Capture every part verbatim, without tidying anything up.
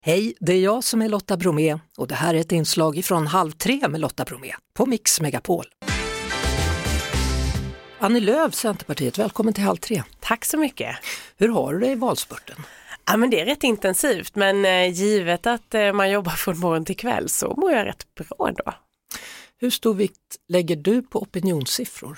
Hej, det är jag som är Lotta Bromé och det här är ett inslag ifrån Halv tre med Lotta Bromé på Mix Megapol. Annie Lööf, Centerpartiet, välkommen till Halv tre. Tack så mycket. Hur har du det i valspurten? Ja, men det är rätt intensivt, men eh, givet att eh, man jobbar från morgon till kväll så mår jag rätt bra då. Hur stor vikt lägger du på opinionssiffror?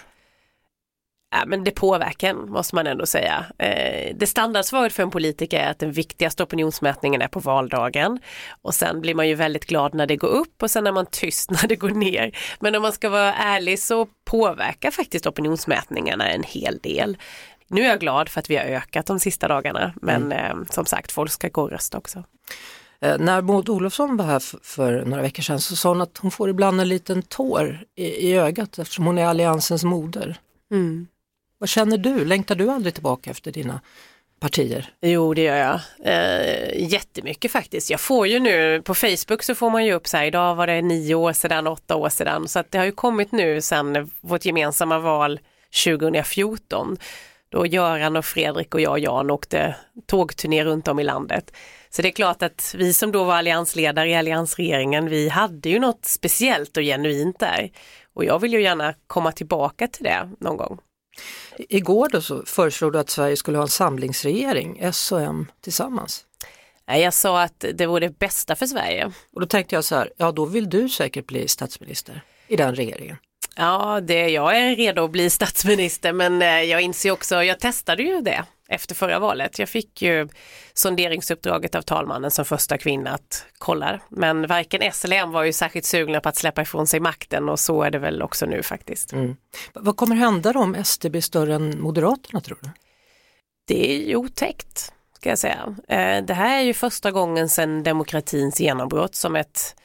Ja, men det påverkar, måste man ändå säga. Eh, det standardsvaret för en politiker är att den viktigaste opinionsmätningen är på valdagen. Och sen blir man ju väldigt glad när det går upp och sen är man tyst när det går ner. Men om man ska vara ärlig så påverkar faktiskt opinionsmätningarna en hel del. Nu är jag glad för att vi har ökat de sista dagarna, men mm. eh, som sagt, folk ska gå och rösta också. Eh, när Maud Olofsson var här för, för några veckor sedan så sa hon att hon får ibland en liten tår i, i ögat eftersom hon är alliansens moder. Mm. Vad känner du? Längtar du aldrig tillbaka efter dina partier? Jo, det gör jag. Eh, jättemycket faktiskt. Jag får ju nu, på Facebook så får man ju upp så här, idag var det nio år sedan, åtta år sedan. Så att det har ju kommit nu sedan vårt gemensamma val tjugohundrafjorton. Då Göran och Fredrik och jag och Jan åkte tågturné runt om i landet. Så det är klart att vi som då var alliansledare i alliansregeringen, vi hade ju något speciellt och genuint där. Och jag vill ju gärna komma tillbaka till det någon gång. Igår då så föreslog du att Sverige skulle ha en samlingsregering, S och M tillsammans. Jag sa att det vore det bästa för Sverige. Och då tänkte jag så här, ja då vill du säkert bli statsminister i den regeringen. Ja, det, jag är redo att bli statsminister, men jag inser också, jag testade ju det efter förra valet. Jag fick ju sonderingsuppdraget av talmannen som första kvinna att kolla. Men varken S eller M var ju särskilt sugna på att släppa ifrån sig makten och så är det väl också nu faktiskt. Mm. Vad kommer hända då om S D blir större än Moderaterna, tror du? Det är ju otäckt, ska jag säga. Det här är ju första gången sedan demokratins genombrott som ett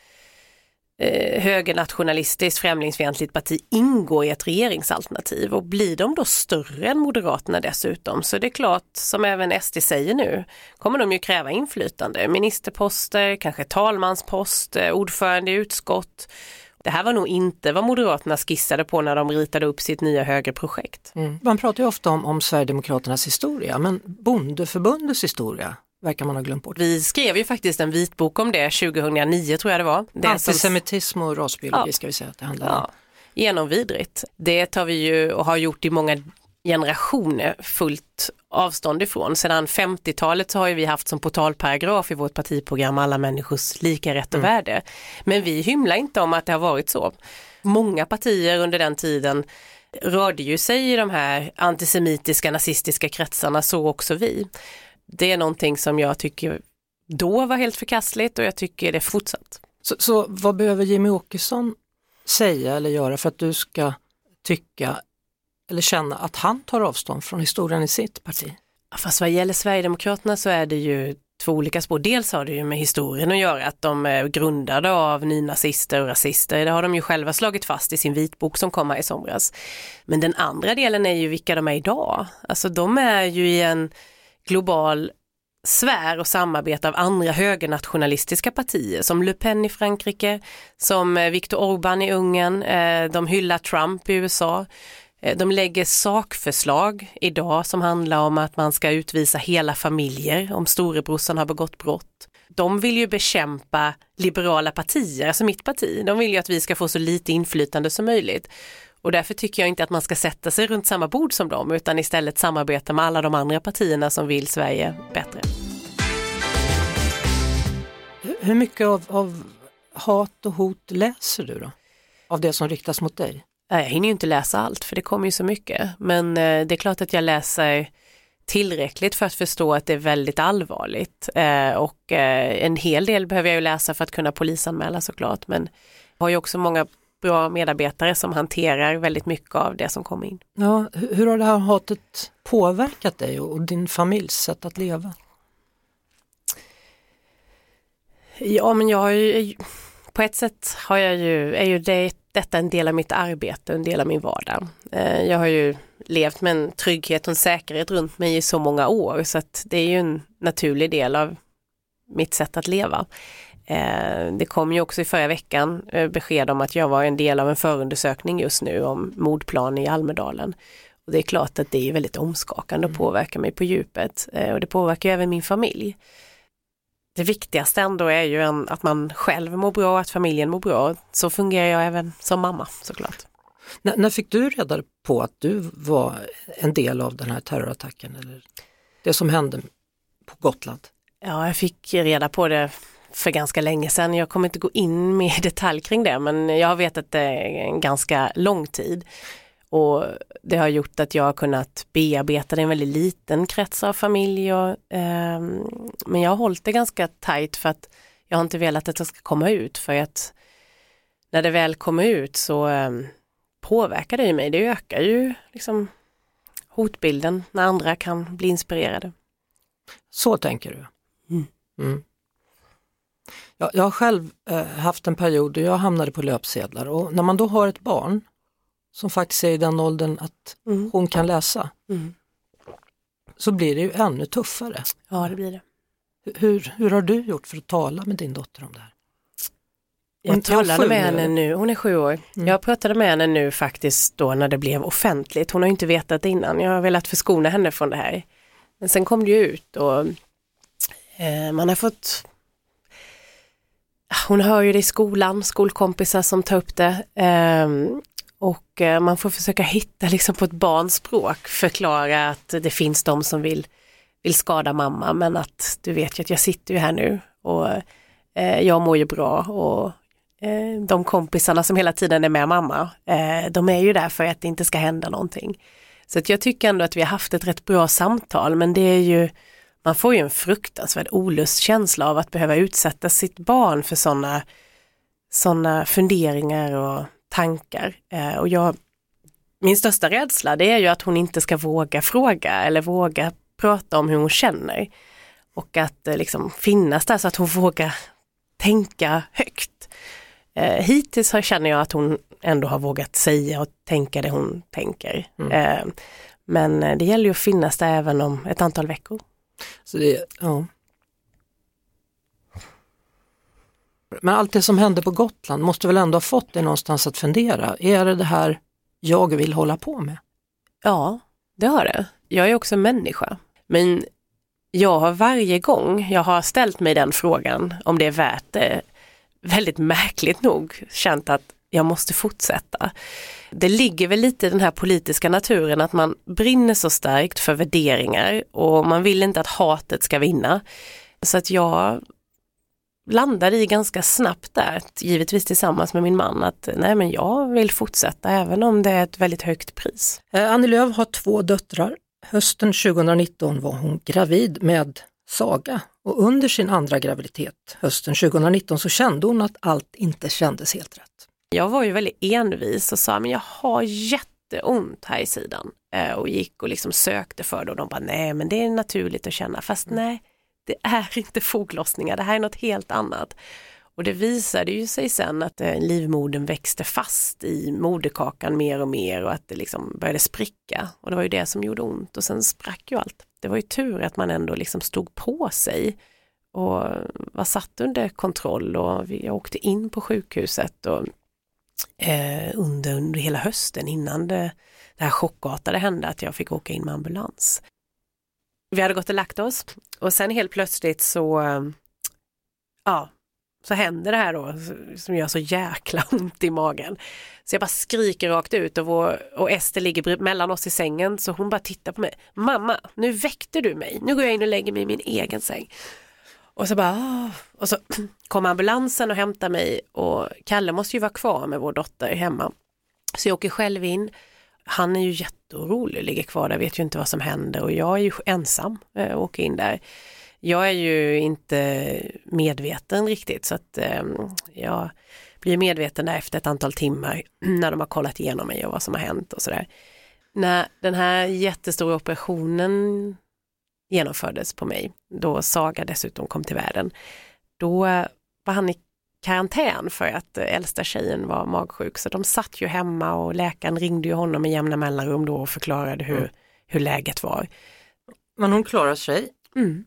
Eh, högernationalistiskt främlingsfientligt parti ingår i ett regeringsalternativ och blir de då större än Moderaterna dessutom så det är klart, som även S D säger nu, kommer de ju kräva inflytande, ministerposter, kanske talmanspost, ordförande i utskott. Det här var nog inte vad Moderaterna skissade på när de ritade upp sitt nya högerprojekt. Mm. Man pratar ju ofta om, om Sverigedemokraternas historia, men Bondeförbundets historia verkar man ha glömt bort. Vi skrev ju faktiskt en vitbok om det tjugohundranio tror jag det var. Det Antisemitism och rasbiologi ja. Ska vi säga att det handlar ja. om. Genomvidrigt. Det tar vi ju och har gjort i många generationer fullt avstånd ifrån. Sedan femtiotalet så har ju vi haft som portalparagraf i vårt partiprogram alla människors lika rätt och mm. värde. Men vi hymlar inte om att det har varit så. Många partier under den tiden rörde ju sig i de här antisemitiska, nazistiska kretsarna, så också vi. Det är någonting som jag tycker då var helt förkastligt och jag tycker det är fortsatt. Så, så vad behöver Jimmie Åkesson säga eller göra för att du ska tycka eller känna att han tar avstånd från historien i sitt parti? Fast vad gäller Sverigedemokraterna så är det ju två olika spår. Dels har det ju med historien att göra, att de är grundade av nynazister och rasister. Det har de ju själva slagit fast i sin vitbok som kom här i somras. Men den andra delen är ju vilka de är idag. Alltså de är ju i en global sfär och samarbete av andra högernationalistiska partier som Le Pen i Frankrike, som Viktor Orbán i Ungern, de hyllar Trump i U S A. De lägger sakförslag idag som handlar om att man ska utvisa hela familjer om storebrorsan har begått brott. De vill ju bekämpa liberala partier, alltså mitt parti. De vill ju att vi ska få så lite inflytande som möjligt. Och därför tycker jag inte att man ska sätta sig runt samma bord som dem utan istället samarbeta med alla de andra partierna som vill Sverige bättre. Hur mycket av, av hat och hot läser du då? Av det som riktas mot dig? Jag hinner ju inte läsa allt för det kommer ju så mycket. Men det är klart att jag läser tillräckligt för att förstå att det är väldigt allvarligt. Och en hel del behöver jag ju läsa för att kunna polisanmäla såklart. Men jag har ju också många bra medarbetare som hanterar väldigt mycket av det som kommer in. Ja, hur har det här hatet påverkat dig och din familjs sätt att leva? Ja, men jag har ju, på ett sätt har jag ju, är ju det, detta en del av mitt arbete, en del av min vardag. Jag har ju levt med en trygghet och en säkerhet runt mig i så många år så att det är ju en naturlig del av mitt sätt att leva. Det kom ju också i förra veckan besked om att jag var en del av en förundersökning just nu om mordplan i Almedalen. Och det är klart att det är väldigt omskakande och påverkar mig på djupet. Och det påverkar även min familj. det viktigaste ändå är ju en, att man själv mår bra och att familjen mår bra. Så fungerar jag även som mamma såklart. N- när fick du reda på att du var en del av den här terrorattacken eller det som hände på Gotland? Ja, jag fick reda på det för ganska länge sedan. Jag kommer inte gå in med detalj kring det, men jag har vetat det en ganska lång tid. Och det har gjort att jag har kunnat bearbeta det i en väldigt liten krets av familj. Och, eh, men jag har hållit det ganska tajt för att jag har inte velat att det ska komma ut. För att när det väl kommer ut så eh, påverkar det ju mig. Det ökar ju liksom hotbilden när andra kan bli inspirerade. Så tänker du? Mm. Mm. Jag, jag har själv eh, haft en period då jag hamnade på löpsedlar och när man då har ett barn som faktiskt är i den åldern att mm. hon kan läsa mm. så blir det ju ännu tuffare. Ja, det blir det. Hur, hur har du gjort för att tala med din dotter om det här? Hon jag talade med henne nu, hon är sju år. Mm. Jag pratade med henne nu faktiskt då när det blev offentligt. Hon har ju inte vetat innan. Jag har velat förskona henne från det här. Men sen kom det ju ut och eh, man har fått... Hon hör ju det i skolan, skolkompisar som tar upp det. Eh, och eh, man får försöka hitta liksom på ett barns språk, förklara att det finns de som vill, vill skada mamma. Men att du vet ju att jag sitter ju här nu och eh, jag mår ju bra och eh, de kompisarna som hela tiden är med mamma, eh, de är ju där för att det inte ska hända någonting. Så att jag tycker ändå att vi har haft ett rätt bra samtal, men det är ju, man får ju en fruktansvärd olustkänsla av att behöva utsätta sitt barn för sådana såna funderingar och tankar. Eh, och jag, min största rädsla det är ju att hon inte ska våga fråga eller våga prata om hur hon känner. Och att eh, liksom finnas där så att hon vågar tänka högt. Eh, hittills har, känner jag att hon ändå har vågat säga och tänka det hon tänker. Mm. Eh, men det gäller ju att finnas där även om ett antal veckor. Så det, ja. Men allt det som hände på Gotland måste väl ändå ha fått dig någonstans att fundera. Är det det här jag vill hålla på med? Ja, det har det. Jag är också en människa. Men jag har varje gång jag har ställt mig den frågan om det är värt det, väldigt märkligt nog känt att jag måste fortsätta. Det ligger väl lite i den här politiska naturen att man brinner så starkt för värderingar och man vill inte att hatet ska vinna. Så att jag landade i ganska snabbt där, givetvis tillsammans med min man, att nej men jag vill fortsätta även om det är ett väldigt högt pris. Annie Lööf har två döttrar. Hösten tjugonitton var hon gravid med Saga och under sin andra graviditet hösten tjugonitton så kände hon att allt inte kändes helt rätt. Jag var ju väldigt envis och sa men jag har jätteont här i sidan och gick och liksom sökte för det och de bara nej men det är naturligt att känna fast nej det är inte foglossningar, det här är något helt annat. Och det visade ju sig sen att livmodern växte fast i moderkakan mer och mer och att det liksom började spricka och det var ju det som gjorde ont och sen sprack ju allt. Det var ju tur att man ändå liksom stod på sig och var satt under kontroll och jag åkte in på sjukhuset och eh, under, under hela hösten innan det, det här chockartade hände att jag fick åka in med ambulans. Vi hade gått och lagt oss och sen helt plötsligt så ja, så händer det här då som gör så jäkla ont i magen. Så jag bara skriker rakt ut och, vår, och Ester ligger mellan oss i sängen så hon bara tittar på mig. Mamma, nu väckte du mig. Nu går jag in och lägger mig i min egen säng. Och så bara, åh. Och så kom ambulansen och hämtar mig och Kalle måste ju vara kvar med vår dotter hemma. Så jag åker själv in. Han är ju jätteorolig, ligger kvar där, vet ju inte vad som händer och jag är ju ensam och äh, åker in där. Jag är ju inte medveten riktigt så att äh, jag blir medveten där efter ett antal timmar när de har kollat igenom mig och vad som har hänt och sådär. När den här jättestora operationen genomfördes på mig, då Saga dessutom kom till världen, då var han i karantän för att äldsta tjejen var magsjuk så de satt ju hemma och läkaren ringde ju honom i jämna mellanrum då och förklarade hur, mm. hur läget var. Men hon klarar sig. Mm.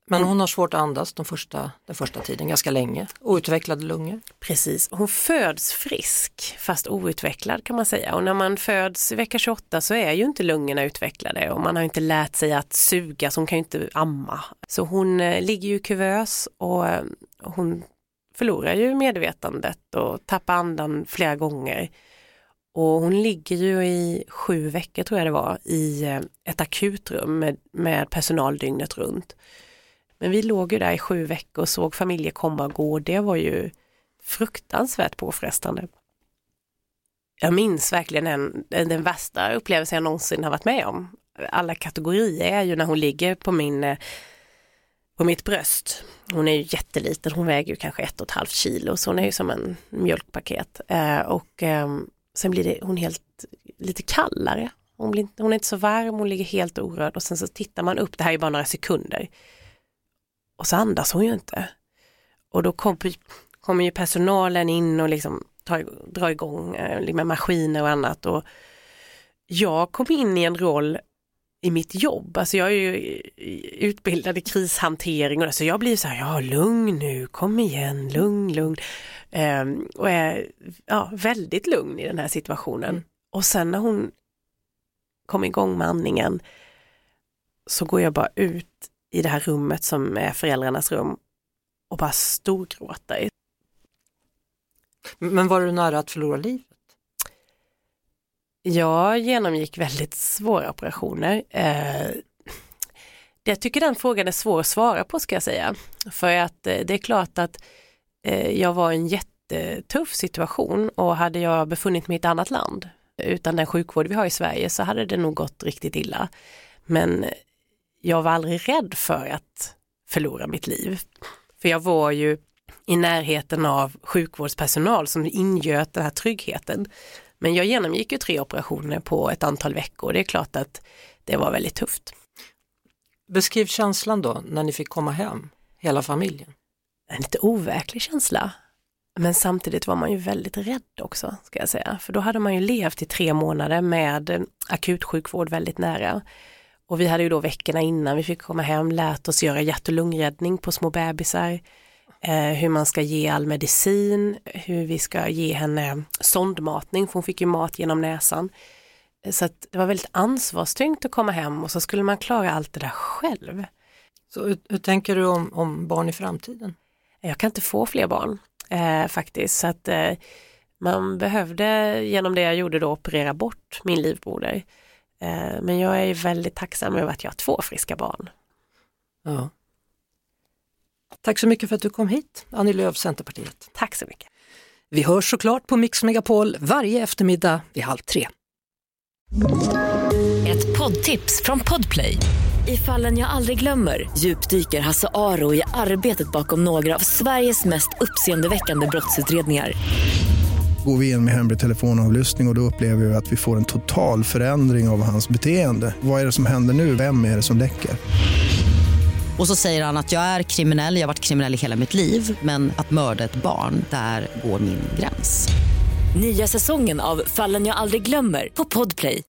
Men hon har svårt att andas de första, den första tiden, ganska länge. Outvecklade lungor. Precis, hon föds frisk fast outvecklad kan man säga. Och när man föds i vecka tjugoåtta så är ju inte lungorna utvecklade. Och man har inte lärt sig att suga, så hon kan ju inte amma. Så hon eh, ligger ju kuvös och eh, hon förlorar ju medvetandet och tappar andan flera gånger. Och hon ligger ju i sju veckor tror jag det var i eh, ett akutrum med, med personal dygnet runt. Men vi låg ju där i sju veckor och såg familjer komma och gå. Det var ju fruktansvärt påfrestande. Jag minns verkligen en, den värsta upplevelsen jag någonsin har varit med om. Alla kategorier är ju när hon ligger på, min, på mitt bröst. Hon är ju jätteliten, hon väger ju kanske ett och ett halvt kilo. Så hon är ju som en mjölkpaket. Och sen blir det, hon helt lite kallare. Hon, blir, hon är inte så varm, hon ligger helt orörd. Och sen så tittar man upp, det här är bara några sekunder. Och så andas hon ju inte. Och då kommer kom ju personalen in och liksom tar, drar igång med maskiner och annat. Och jag kom in i en roll i mitt jobb. Alltså jag är ju utbildad i krishantering. Och så jag blir så här, ja lugn nu, kom igen, lugn, lugn. Um, och är ja, väldigt lugn i den här situationen. Mm. Och sen när hon kom igång med andningen så går jag bara ut i det här rummet som är föräldrarnas rum och bara storgråter. Men var du nära att förlora livet? Jag genomgick väldigt svåra operationer. Eh, jag tycker den frågan är svår att svara på ska jag säga. För att eh, det är klart att eh, jag var i en jättetuff situation och hade jag befunnit mig i ett annat land utan den sjukvård vi har i Sverige så hade det nog gått riktigt illa. Men jag var aldrig rädd för att förlora mitt liv. För jag var ju i närheten av sjukvårdspersonal som ingöt den här tryggheten. Men jag genomgick ju tre operationer på ett antal veckor. Det är klart att det var väldigt tufft. Beskriv känslan då när ni fick komma hem, hela familjen. En lite overklig känsla. Men samtidigt var man ju väldigt rädd också ska jag säga. För då hade man ju levt i tre månader med akutsjukvård väldigt nära. Och vi hade ju då veckorna innan vi fick komma hem lärt oss göra hjärt- och lungräddning på små bebisar. Eh, hur man ska ge all medicin, hur vi ska ge henne sondmatning för hon fick ju mat genom näsan. Så att det var väldigt ansvarstyngt att komma hem och så skulle man klara allt det där själv. Så hur, hur tänker du om, om barn i framtiden? Jag kan inte få fler barn eh, faktiskt. Så att eh, man behövde genom det jag gjorde då operera bort min livmoder. Eh, men jag är väldigt tacksam över att jag har två friska barn. Ja. Tack så mycket för att du kom hit, Annie Lööf, Centerpartiet. Tack så mycket. Vi hörs såklart på Mix Megapol varje eftermiddag vid halv tre. Ett poddtips från Podplay. I Fallen jag aldrig glömmer djupdyker Hasse Aro i arbetet bakom några av Sveriges mest uppseendeväckande brottsutredningar. Går vi in med hemlig telefonavlyssning och, och då upplever vi att vi får en total förändring av hans beteende. Vad är det som händer nu? Vem är det som läcker? Och så säger han att jag är kriminell, jag har varit kriminell i hela mitt liv. Men att mörda ett barn, där går min gräns. Nya säsongen av Fallen jag aldrig glömmer på Podplay.